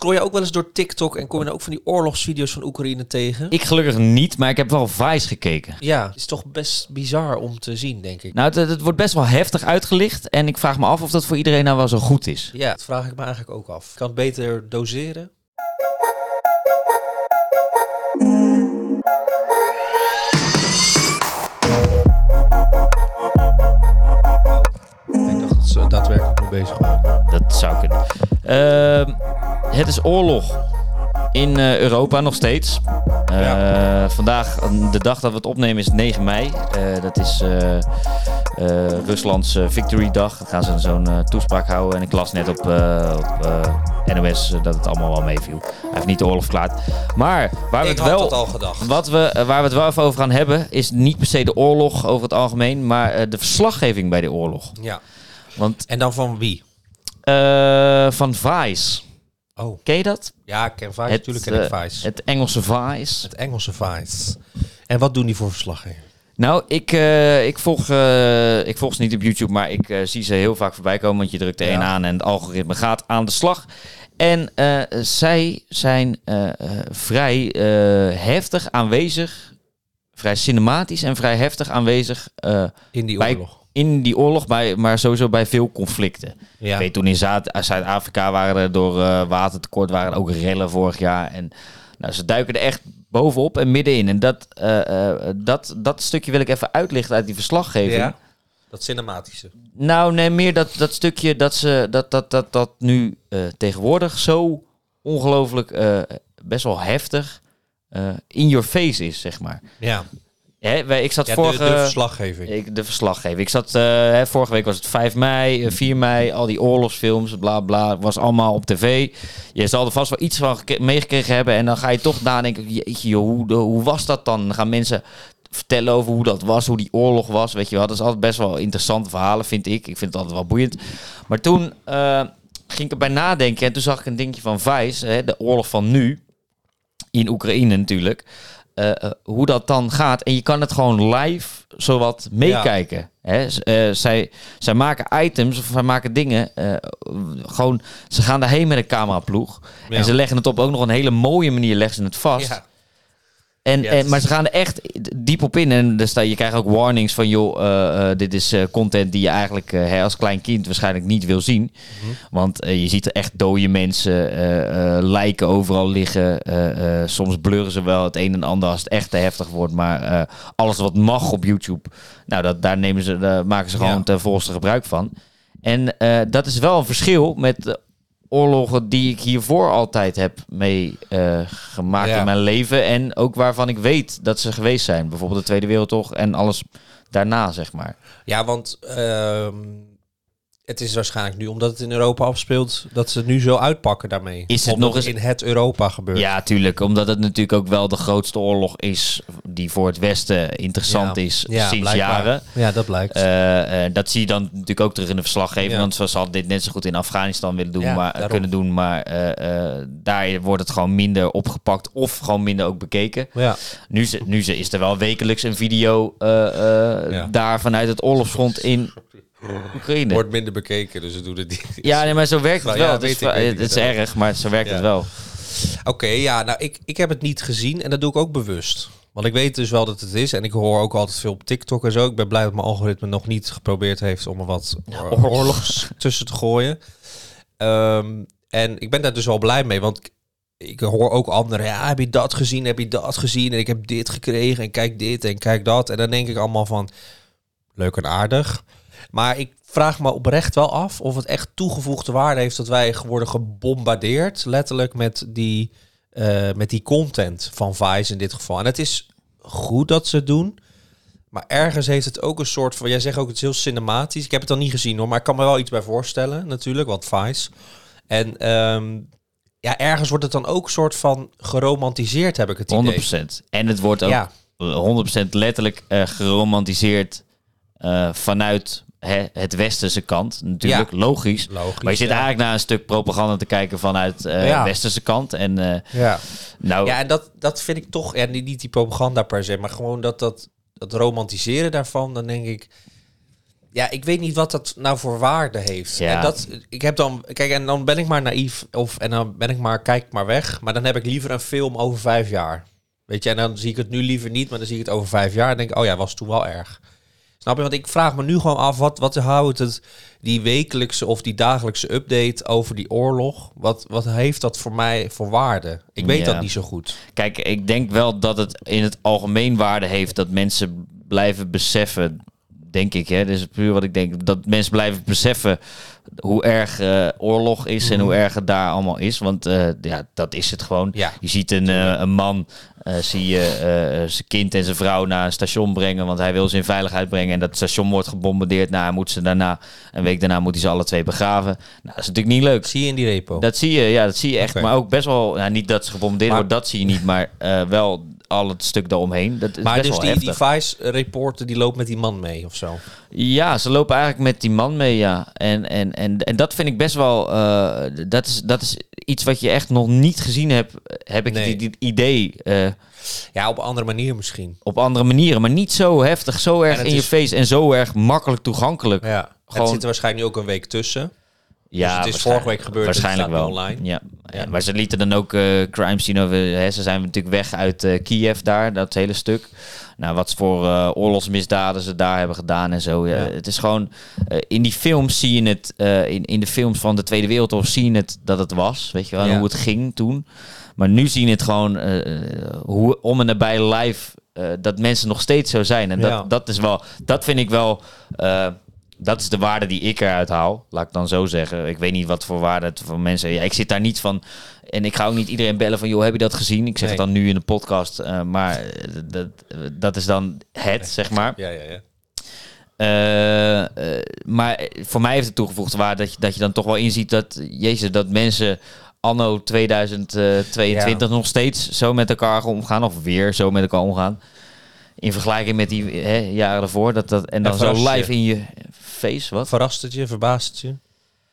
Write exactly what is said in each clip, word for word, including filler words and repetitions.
Scroll je ook wel eens door TikTok en kom je dan ook van die oorlogsvideo's van Oekraïne tegen? Ik gelukkig niet, maar ik heb wel Vice gekeken. Ja, het is toch best bizar om te zien, denk ik. Nou, het, het wordt best wel heftig uitgelicht. En ik vraag me af of dat voor iedereen nou wel zo goed is. Ja, dat vraag ik me eigenlijk ook af. Ik kan het beter doseren. Ik dacht dat ze daadwerkelijk nog bezig waren. Dat zou kunnen. Uh, het is oorlog in uh, Europa nog steeds. Uh, ja. Vandaag, de dag dat we het opnemen, is negen mei. Uh, dat is uh, uh, Ruslands uh, Victory Dag. Dan gaan ze zo'n uh, toespraak houden. En ik las net op, uh, op uh, N O S uh, dat het allemaal wel meeviel. Hij heeft niet de oorlog verklaard. Maar waar we ik het wel, had het al gedacht. Wat we, uh, waar we het wel even over gaan hebben, is niet per se de oorlog over het algemeen, maar uh, de verslaggeving bij de oorlog. Ja. Want, en dan van wie? Uh, van Vice. Oh. Ken je dat? Ja, ik ken Vice. Het, natuurlijk ken ik Vice. Het Engelse Vice. Het Engelse Vice. En wat doen die voor verslaggeving? Nou, ik, uh, ik, volg, uh, ik volg ze niet op YouTube, maar ik uh, zie ze heel vaak voorbij komen. Want je drukt er één ja. aan en het algoritme gaat aan de slag. En uh, zij zijn uh, uh, vrij uh, heftig aanwezig, vrij cinematisch en vrij heftig aanwezig uh, in die bij, oorlog. In die oorlog, bij, maar sowieso bij veel conflicten. Ja. Ik weet, toen in Zuid- Zuid-Afrika waren er door uh, watertekort waren er ook rellen vorig jaar. En nou, ze duiken er echt bovenop en middenin. En dat, uh, uh, dat, dat stukje wil ik even uitlichten uit die verslaggeving. Ja, dat cinematische. Nou, nee, meer dat, dat stukje dat ze dat, dat, dat, dat nu uh, tegenwoordig zo ongelooflijk uh, best wel heftig uh, in your face is, zeg maar. Ja. Hè, ik zat ja, vorige... De, de verslaggeving. Ik, de verslaggeving. Ik zat... Uh, hè, vorige week was het vijf mei, vier mei, al die oorlogsfilms, bla bla, was allemaal op tv. Je zal er vast wel iets van geke- meegekregen hebben en dan ga je toch nadenken, jeetje joh, hoe, de, hoe was dat dan? Dan gaan mensen vertellen over hoe dat was, hoe die oorlog was, weet je wel. Dat is altijd best wel interessante verhalen, vind ik. Ik vind het altijd wel boeiend. Maar toen uh, ging ik erbij nadenken en toen zag ik een dingetje van Vice, hè, de oorlog van nu, in Oekraïne natuurlijk. Uh, uh, hoe dat dan gaat. En je kan het gewoon live zowat meekijken. Ja. Hè? Uh, zij, zij maken items of zij maken dingen. Uh, gewoon, ze gaan daarheen met een cameraploeg. Ja. En ze leggen het op ook nog een hele mooie manier leggen ze het vast. Ja. En, yes. en, maar ze gaan er echt diep op in. En er sta, je krijgt ook warnings van, joh, uh, uh, dit is uh, content die je eigenlijk uh, hè, als klein kind waarschijnlijk niet wil zien. Mm-hmm. Want uh, je ziet er echt dode mensen, uh, uh, lijken overal liggen. Uh, uh, soms blurren ze wel het een en ander als het echt te heftig wordt. Maar uh, alles wat mag op YouTube, nou, dat, daar nemen ze, daar maken ze gewoon ja. ten volste gebruik van. En uh, dat is wel een verschil met... Uh, oorlogen die ik hiervoor altijd heb mee uh, gemaakt ja. in mijn leven. En ook waarvan ik weet dat ze geweest zijn. Bijvoorbeeld de Tweede Wereldoorlog en alles daarna, zeg maar. Ja, want uh, het is waarschijnlijk nu, omdat het in Europa afspeelt, dat ze het nu zo uitpakken daarmee. Is het nog eens in het Europa gebeurt? Ja, tuurlijk. Omdat het natuurlijk ook wel de grootste oorlog is die voor het Westen interessant ja. is ja, sinds blijkbaar. jaren. Ja, dat blijkt. Uh, uh, dat zie je dan natuurlijk ook terug in de verslaggeving. Ja. Want ze hadden dit net zo goed in Afghanistan willen doen, ja, maar, kunnen doen. Maar uh, uh, daar wordt het gewoon minder opgepakt of gewoon minder ook bekeken. Ja. Nu, nu is er wel wekelijks een video uh, uh, ja. daar vanuit het oorlogsfront in... Oekraïne. Wordt minder bekeken, dus ze doen het niet. Ja, nee, maar zo werkt het wel. Ja, het is, het, het is erg, maar zo werkt ja. het wel. Oké, okay, ja, nou, ik, ik heb het niet gezien en dat doe ik ook bewust. Want ik weet dus wel dat het is en ik hoor ook altijd veel op TikTok en zo. Ik ben blij dat mijn algoritme nog niet geprobeerd heeft om er wat oorlogs, oorlogs tussen te gooien. Um, en ik ben daar dus wel blij mee, want ik hoor ook anderen. Ja, heb je dat gezien, heb je dat gezien en ik heb dit gekregen en kijk dit en kijk dat. En dan denk ik allemaal van, leuk en aardig. Maar ik vraag me oprecht wel af of het echt toegevoegde waarde heeft dat wij worden gebombardeerd, letterlijk met die, uh, met die content van Vice in dit geval. En het is goed dat ze het doen, maar ergens heeft het ook een soort van, jij zegt ook het is heel cinematisch. Ik heb het dan niet gezien hoor, maar ik kan me wel iets bij voorstellen natuurlijk, want Vice. En um, ja, ergens wordt het dan ook een soort van geromantiseerd, heb ik het idee. honderd procent. En het wordt ook ja. honderd procent letterlijk uh, geromantiseerd uh, vanuit... He, het westerse kant, natuurlijk, ja. logisch. logisch. Maar je zit ja. eigenlijk naar een stuk propaganda te kijken vanuit uh, ja. westerse kant. En, uh, ja. Nou, ja, en dat, dat vind ik toch, ja, niet die propaganda per se, maar gewoon dat, dat, dat romantiseren daarvan, dan denk ik, Ja, ik weet niet wat dat nou voor waarde heeft. Ja. En dat, ik heb dan, kijk, en dan ben ik maar naïef, of en dan ben ik maar, kijk maar weg. Maar dan heb ik liever een film over vijf jaar. Weet je, en dan zie ik het nu liever niet, maar dan zie ik het over vijf jaar en denk ik, oh ja, was toen wel erg. Snap je? Want ik vraag me nu gewoon af, wat, wat houdt het, die wekelijkse of die dagelijkse update over die oorlog? Wat, wat heeft dat voor mij voor waarde? Ik weet Ja. dat niet zo goed. Kijk, ik denk wel dat het in het algemeen waarde heeft dat mensen blijven beseffen, denk ik, hè, dit is puur wat ik denk, dat mensen blijven beseffen hoe erg uh, oorlog is en hoe erg het daar allemaal is. Want uh, ja, dat is het gewoon. Ja. Je ziet een, uh, een man, uh, zie je uh, zijn kind en zijn vrouw naar een station brengen, want hij wil ze in veiligheid brengen en dat station wordt gebombardeerd. Nou, hij moet ze daarna, een week daarna moet hij ze alle twee begraven. Nou, dat is natuurlijk niet leuk. Zie je in die repo? Dat zie je, ja, dat zie je echt. Okay. Maar ook best wel, nou, niet dat ze gebombardeerd Maar- worden, dat zie je niet, maar uh, wel al het stuk daaromheen. Dat is Maar best dus wel die, die heftig. Vice-reporter die loopt met die man mee of zo? Ja, ze lopen eigenlijk met die man mee, ja. En, en, en, en dat vind ik best wel... Uh, dat, is, dat is iets wat je echt nog niet gezien hebt, heb ik Nee. dit, dit idee. Uh, Ja, op een andere manier misschien. op andere manieren, maar niet zo heftig, zo erg het in je is- face en zo erg makkelijk toegankelijk. Ja. Gewoon- Het zit er waarschijnlijk nu ook een week tussen. Ja, Dus het is vorige week gebeurd, het Waarschijnlijk staat wel. nu online. Ja. Ja. Ja, maar ze lieten dan ook uh, crimes zien over... Hè, ze zijn natuurlijk weg uit uh, Kiev daar, dat hele stuk. Nou, wat voor uh, oorlogsmisdaden ze daar hebben gedaan en zo. Ja, Ja. Het is gewoon... Uh, in die films zie je het... Uh, in, in de films van de Tweede Wereldoorlog zie je het dat het was. Weet je wel, Ja. hoe het ging toen. Maar nu zie je het gewoon... Uh, hoe om en nabij live... Uh, dat mensen nog steeds zo zijn. En dat, Ja. dat is wel... Dat vind ik wel... Uh, dat is de waarde die ik eruit haal. Laat ik dan zo zeggen. Ik weet niet wat voor waarde het voor mensen... Ja, ik zit daar niet van... En ik ga ook niet iedereen bellen van... joh, heb je dat gezien? Ik zeg Nee. het dan nu in de podcast. Uh, maar dat, dat is dan het, zeg maar. Ja, ja, ja. Uh, uh, maar voor mij heeft het toegevoegde waarde... Dat je, dat je dan toch wel inziet dat... Jezus, dat mensen... anno tweeduizend tweeëntwintig Ja. nog steeds zo met elkaar omgaan... of weer zo met elkaar omgaan... in vergelijking met die hè, jaren daarvoor... Dat, dat, en dan En zo verrast je? live in je face... Wat? Verrast het je? Verbaast het je?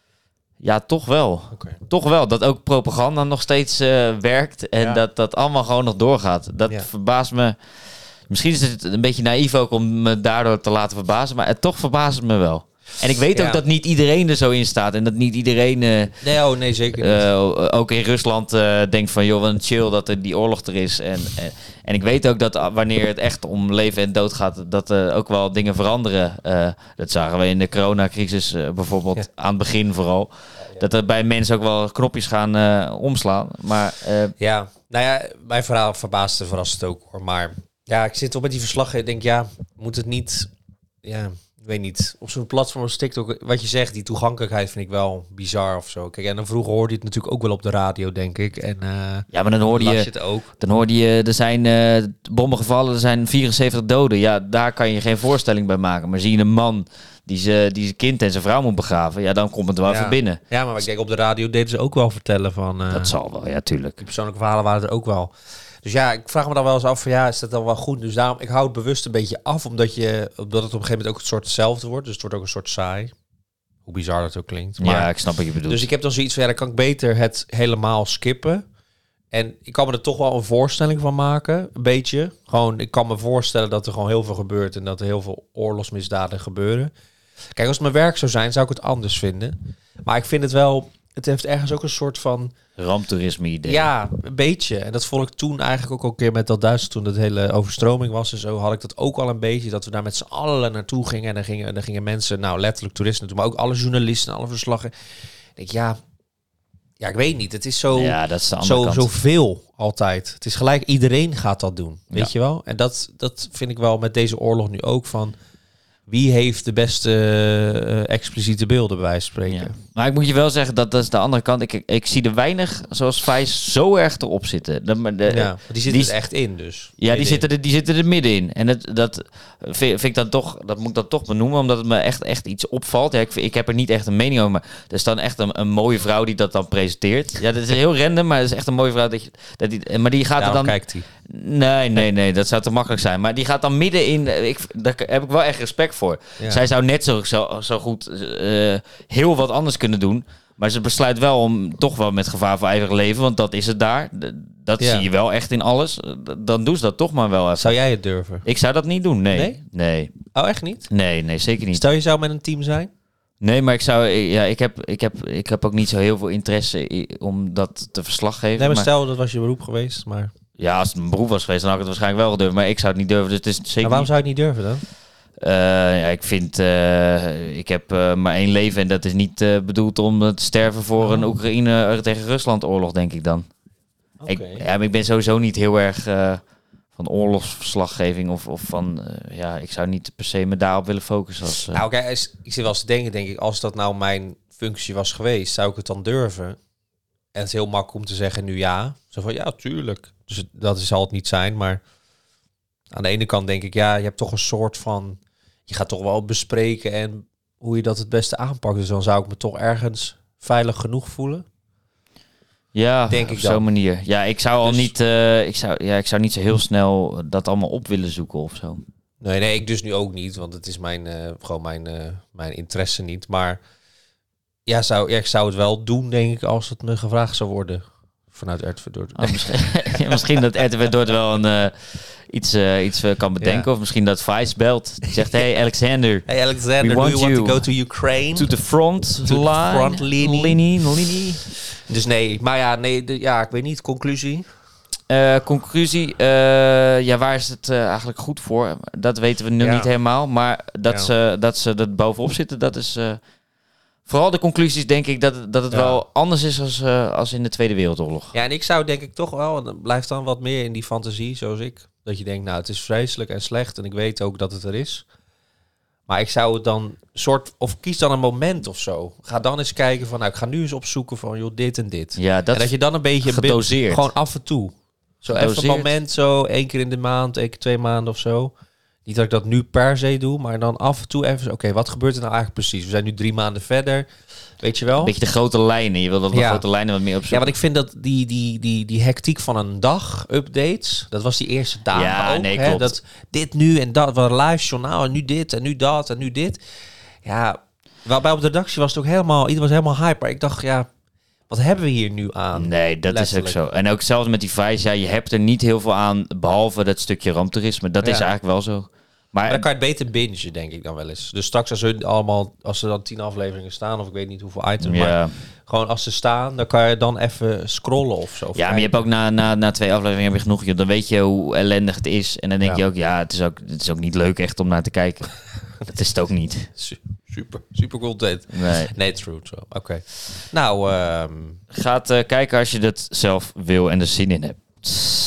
Ja, toch wel. Oké. Toch wel. Dat ook propaganda nog steeds uh, werkt... en Ja. dat dat allemaal gewoon nog doorgaat. Dat Ja. verbaast me... Misschien is het een beetje naïef ook om me daardoor te laten verbazen... maar het toch verbaast het me wel. En ik weet Ja. ook dat niet iedereen er zo in staat... en dat niet iedereen... Uh, Nee, oh nee, zeker niet. Uh, ook in Rusland uh, denkt van, joh, wat een chill dat er die oorlog er is. En, en, en ik weet ook dat uh, wanneer het echt om leven en dood gaat, dat er uh, ook wel dingen veranderen. Uh, dat zagen we in de coronacrisis uh, bijvoorbeeld, Ja. aan het begin vooral. Dat er bij mensen ook wel knopjes gaan uh, omslaan. Maar uh, Ja, nou ja, mijn verhaal verbaasde, verrast het ook hoor. Maar ja, ik zit op met die verslagen en denk, ja, moet het niet... Ja, ik weet niet. Op zo'n platform als TikTok, wat je zegt, die toegankelijkheid vind ik wel bizar of zo. Kijk, en dan vroeger hoorde je het natuurlijk ook wel op de radio, denk ik. En uh, ja, maar dan hoorde las je... je het ook. Dan hoorde je, er zijn uh, bommen gevallen, er zijn vierenzeventig doden. Ja, daar kan je geen voorstelling bij maken. Maar zie je een man die zijn die kind en zijn vrouw moet begraven, ja, dan komt het wel Ja. even binnen. Ja, maar ik denk op de radio deden ze ook wel vertellen van... Uh, Dat zal wel, ja, tuurlijk. Die persoonlijke verhalen waren er ook wel. Dus ja, ik vraag me dan wel eens af van ja, is dat dan wel goed? Dus daarom, ik hou het bewust een beetje af, omdat, je, omdat het op een gegeven moment ook een soort hetzelfde wordt. Dus het wordt ook een soort saai. Hoe bizar dat ook klinkt. Maar, Ja, ik snap wat je bedoelt. dus ik heb dan zoiets van, ja, dan kan ik beter het helemaal skippen. En ik kan me er toch wel een voorstelling van maken, een beetje. Gewoon, ik kan me voorstellen dat er gewoon heel veel gebeurt en dat er heel veel oorlogsmisdaden gebeuren. Kijk, als het mijn werk zou zijn, zou ik het anders vinden. Maar ik vind het wel, het heeft ergens ook een soort van... Ramptoerisme idee. Ja, een beetje. En dat vond ik toen eigenlijk ook al een keer met dat Duitsland, toen het hele overstroming was en zo, had ik dat ook al een beetje, dat we daar met z'n allen naartoe gingen. En dan gingen, dan gingen mensen, nou letterlijk toeristen naartoe, maar ook alle journalisten en alle verslaggen. Ik denk, ja, ja, ik weet niet. Het is zo, Ja, dat is de andere zo, kant. zoveel altijd. Het is gelijk, iedereen gaat dat doen, weet Ja. je wel? En dat, dat vind ik wel met deze oorlog nu ook van... Wie heeft de beste uh, expliciete beelden, bij wijze van spreken? Ja. Maar ik moet je wel zeggen, dat, dat is de andere kant. Ik, ik, ik zie er weinig, zoals Vijs, zo erg erop zitten. De, de, Ja, maar die zitten die- er echt in dus. Ja, die Middenin. zitten, er, die zitten er middenin. En dat, dat, vind, vind ik dan toch, dat moet ik dan toch benoemen, omdat het me echt, echt iets opvalt. Ja, ik, ik heb er niet echt een mening over, maar er is dan echt een, een mooie vrouw die dat dan presenteert. Ja, dat is heel random, maar het is echt een mooie vrouw. Dat je, dat die, maar die gaat er Daarom dan... kijkt hij. Nee, nee, nee, dat zou te makkelijk zijn. Maar die gaat dan midden in... Ik, daar heb ik wel echt respect voor. Ja. Zij zou net zo, zo, zo goed uh, heel wat anders kunnen doen. Maar ze besluit wel om toch wel met gevaar voor eigen leven, want dat is het daar. D- Dat Ja. zie je wel echt in alles. D- Dan doen ze dat toch maar wel even. Zou jij het durven? Ik zou dat niet doen, nee. Nee? Nee. Oh, echt niet? Nee, nee, zeker niet. Stel je zou met een team zijn? Nee, maar ik zou, ja, ik heb, ik heb, ik heb ook niet zo heel veel interesse i- om dat te verslaggeven. Nee, maar maar, stel dat was je beroep geweest, maar... ja, als het mijn beroep was geweest, dan had ik het waarschijnlijk wel gedurfd. Maar ik zou het niet durven, dus het is zeker Maar waarom niet... zou je het niet durven dan? Uh, ja, ik vind, uh, ik heb uh, maar één leven en dat is niet uh, bedoeld om te sterven voor oh. een Oekraïne uh, tegen Rusland oorlog, denk ik dan. Okay. Ik, ja, maar ik ben sowieso niet heel erg uh, van oorlogsverslaggeving of, of van, uh, ja, ik zou niet per se me daarop willen focussen. Als, uh... Nou, kijk, ik zit wel eens te denken, denk ik, als dat nou mijn functie was geweest, zou ik het dan durven? En het is heel makkelijk om te zeggen nu ja. Zo van, ja, tuurlijk. Dus het, dat zal het niet zijn, maar aan de ene kant denk ik, ja, je hebt toch een soort van... Je gaat toch wel bespreken en hoe je dat het beste aanpakt. Dus dan zou ik me toch ergens veilig genoeg voelen. Ja, denk op ik zo'n manier. Ja, ik zou al dus... niet, uh, ik zou, ja, ik zou niet zo heel snel dat allemaal op willen zoeken of zo. Nee, nee, ik dus nu ook niet, want het is mijn, uh, gewoon mijn, uh, mijn interesse niet. Maar ja, zou, ja, ik zou het wel doen, denk ik, als het me gevraagd zou worden vanuit R T V Dordrecht. Oh, misschien, ja, misschien dat R T V Dordrecht wel een... Uh, iets, uh, iets uh, kan bedenken. Ja. Of misschien dat Vice belt. Die zegt, hey Alexander. Hey Alexander, do you want to go to Ukraine? To the front to line. The front linie. Linie, linie. Dus nee, maar ja, nee, de, ja, ik weet niet. Conclusie? Uh, conclusie, uh, ja, waar is het uh, eigenlijk goed voor? Dat weten we nu ja. niet helemaal. Maar dat, ja. ze, dat ze er bovenop zitten, dat is... Uh, vooral de conclusies, denk ik, dat, dat het ja. wel anders is als, uh, als in de Tweede Wereldoorlog. Ja, en ik zou denk ik toch wel... En dan blijft dan wat meer in die fantasie, zoals ik... Dat je denkt, nou, het is vreselijk en slecht en ik weet ook dat het er is. Maar ik zou het dan soort... Of kies dan een moment of zo. Ga dan eens kijken van, nou, ik ga nu eens opzoeken van, joh, dit en dit. Ja, dat en dat je dan een beetje... gedoseerd. Gewoon af en toe. Zo gedoseerd. Even een moment zo, één keer in de maand, één keer twee maanden of zo. Niet dat ik dat nu per se doe, maar dan af en toe even... Oké, okay, wat gebeurt er nou eigenlijk precies? We zijn nu drie maanden verder... Weet je wel? Een beetje de grote lijnen. Je wil dat de ja. grote lijnen wat meer opzoeken. Ja, want ik vind dat die, die, die, die hectiek van een dag, updates, dat was die eerste dagen ja, ook. Nee, hè? klopt. Dat dit nu en dat, wat een live journaal en nu dit en nu dat en nu dit. Ja, waarbij op de redactie was het ook helemaal, iedereen was helemaal hype. Maar ik dacht, ja, wat hebben we hier nu aan? Nee, dat Letterlijk. is ook zo. En ook zelfs met die Vice, ja, je hebt er niet heel veel aan, behalve dat stukje ramptoerisme. Dat ja. is eigenlijk wel zo. Maar, maar dan kan je het beter bingen, denk ik dan wel eens. Dus straks als hun allemaal, als er dan tien afleveringen staan, of ik weet niet hoeveel items, ja. maar gewoon als ze staan, dan kan je dan even scrollen of zo. Ja, kijken. Maar je hebt ook na, na, na twee afleveringen heb je genoeg, joh, dan weet je hoe ellendig het is. En dan denk ja. je ook, ja, het is ook, het is ook niet leuk echt om naar te kijken. Dat is het ook niet. Super, super content. Nee, nee true. Oké. Okay. Nou, um... Gaat uh, kijken als je dat zelf wil en er zin in hebt.